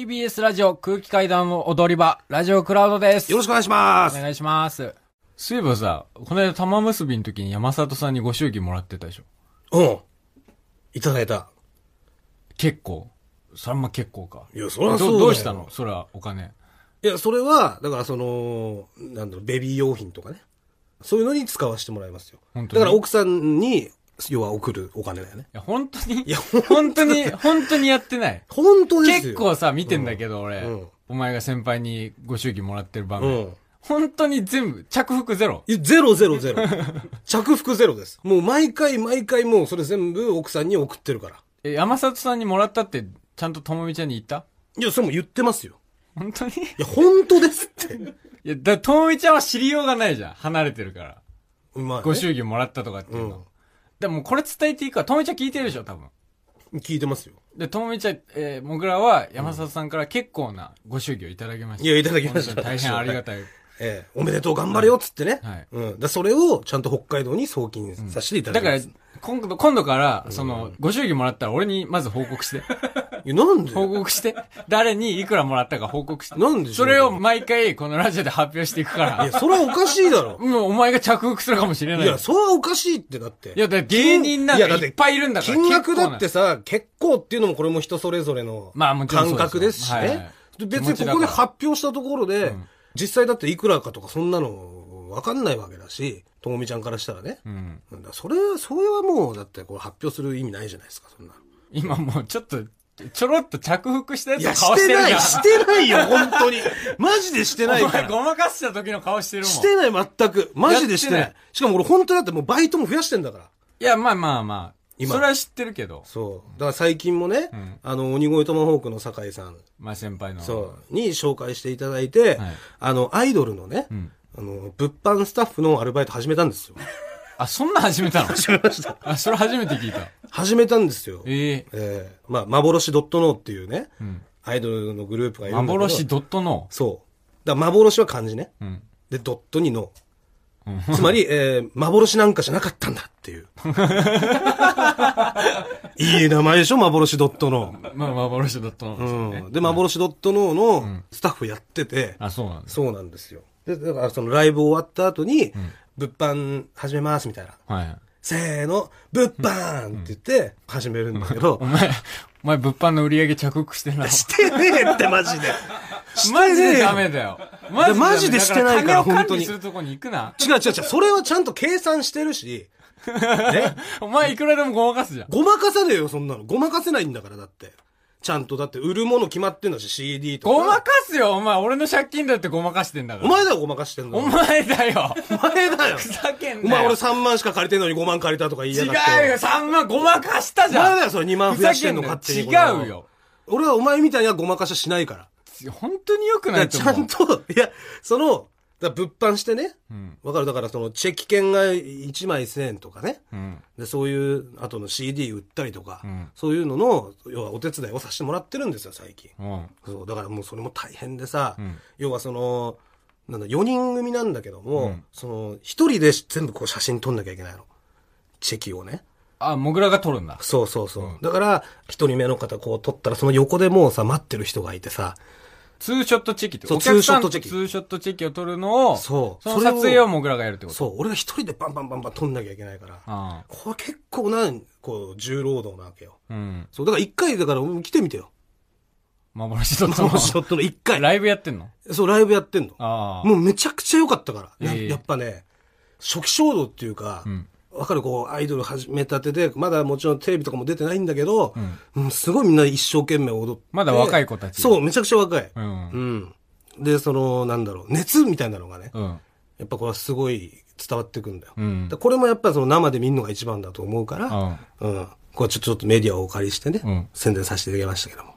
TBS ラジオ空気階段の踊り場、ラジオクラウドです。 よろしくお願いします。 お願いします。そういえばさ、この間玉結びの時に山里さんにご祝儀もらってたでしょ。 うん。いただいた。 結構。それはまあ結構か。 いや、それはそうだよ。 どうしたのそれはお金。 いや、それは、だからなんだろう、ベビー用品とかね。そういうのに使わせてもらいますよ。 本当にだから奥さんに、要は送るお金だよね。 いや、本当にいや、 本当にやってない。 本当ですよ。 結構さ、見てんだけど、俺、 うん。 お前が先輩にご祝儀もらってる場う面。 ん。 本当に全部、着服ゼロ。 いやゼロ。着服ゼロです。もう毎回もうそれ全部奥さんに送ってるから。 山里さんにもらったって、ちゃんとともみちゃんに言った？ いや、それも言ってますよ。 本当に？いや、本当ですって。 いや、ともみちゃんは知りようがないじゃん。離れてるから。 まあ、ね、 ご祝儀もらったとかっていうの。でもこれ伝えていいか、ともみちゃん聞いてるでしょ、多分。 聞いてますよ。 で、ともみちゃん、もぐらは山里さんから結構なご祝儀をいただきました。 いや、いただきました。 大変ありがたい。 おめでとう頑張れよっつってね。 はい。 それをちゃんと北海道に送金させていただきます。 だから、今度から、ご祝儀もらったら俺にまず報告して。 いや、なんで報告して。誰にいくらもらったか報告して。 なんでそれを毎回このラジオで発表していくから。 いや、それはおかしいだろ。 もうお前が着服するかもしれない。 いや、それはおかしいってだって。 いや、だって芸人なんかいっぱいいるんだから。 金額だってさ、結構っていうのもこれも人それぞれの感覚ですしね。別にここで発表したところで、実際だっていくらかとかそんなのわかんないわけだし、ともみちゃんからしたらね。それはもうだってこれ発表する意味ないじゃないですか、そんなの。 今もうちょろっと着服したやつの顔してるじゃん。 してないよ、本当に。マジでしてないから。 お前ごまかした時の顔してるもん。 してない、全く。マジでしてない。しかも俺本当だってもうバイトも増やしてんだから。 いや、まあ。それは知ってるけど。 そう。だから最近もね、鬼越トマホークの酒井さん。 まあ先輩の。 そう。に紹介していただいて、アイドルのね、物販スタッフのアルバイト始めたんですよ。 あ、そんな始めたの？ 始めました。 あ、それ初めて聞いた。 始めたんですよ。 まあ、 幻.no っていうね、アイドルのグループがいるんだけど。 幻.no？ そう。だから幻は漢字ね。で、ドットにの。つまり、幻なんかじゃなかったんだっていう。いい名前でしょ、幻.no。 まあ、幻.no ですね。 で、幻.no のスタッフやってて。 あ、そうなんです。 そうなんですよ。で、だからそのライブ終わった後に、物販始めますみたいな。はい。せーの、物販って言って始めるんだけど。 お前物販の売り上げ着服してない。 してねえってマジで。 マジでダメだよ。 マジでしてないから、本当に。 金を管理するとこに行くな。 違う。それはちゃんと計算してるし。 ね。お前いくらでもごまかすじゃん。 ごまかさねえよ、そんなの。ごまかせないんだから、だって。ちゃんと、だって売るもの決まってんだし、CD とか。 ごまかすよ、お前。俺の借金だってごまかしてんだから。 お前だよ、ごまかしてんの。 お前だよ。 お前だよ。 ふざけんなよ。 お前俺3万しか借りてんのに5万借りたとか言いやがって。 違うよ、3万ごまかしたじゃん。 お前だよ、それ2万増やしてんの勝手に。 違うよ。 俺はお前みたいにはごまかししないから。 本当に良くないと思う。 ちゃんと、物販してね。わかる。だからチェキ券が1枚1000円とかね。で、そういう後の CD 売ったりとか、そういうのの、要はお手伝いをさせてもらってるんですよ、最近。そう、だからもうそれも大変でさ、要は4人組なんだけども、1人で全部こう写真撮んなきゃいけないの。チェキをね。 あ、モグラが撮るんだ。 そう。だから、1人目の方こう撮ったら、その横でもうさ、待ってる人がいてさ、 ツーショットチェキってそう、ツーショットチェキ。 ツーショットチェキを撮るのを、 その撮影をモグラがやるってこと？ そう、俺が一人でバンバン撮んなきゃいけないから。これ結構な、重労働なわけよ。そう、だから一回、だから来てみてよ。 幻ショットの一回。 ライブやってんの？ そう、ライブやってんの。もうめちゃくちゃ良かったから。やっぱね、初期衝動っていうか、わかるアイドル始めたてで、まだもちろんテレビとかも出てないんだけど、すごいみんな一生懸命踊って。 まだ若い子たち。 そう、めちゃくちゃ若い。で、熱みたいなのがね、やっぱこれはすごい伝わってくんだよ。これもやっぱ生で見るのが一番だと思うから、これちょっとメディアをお借りしてね、宣伝させていただきましたけども。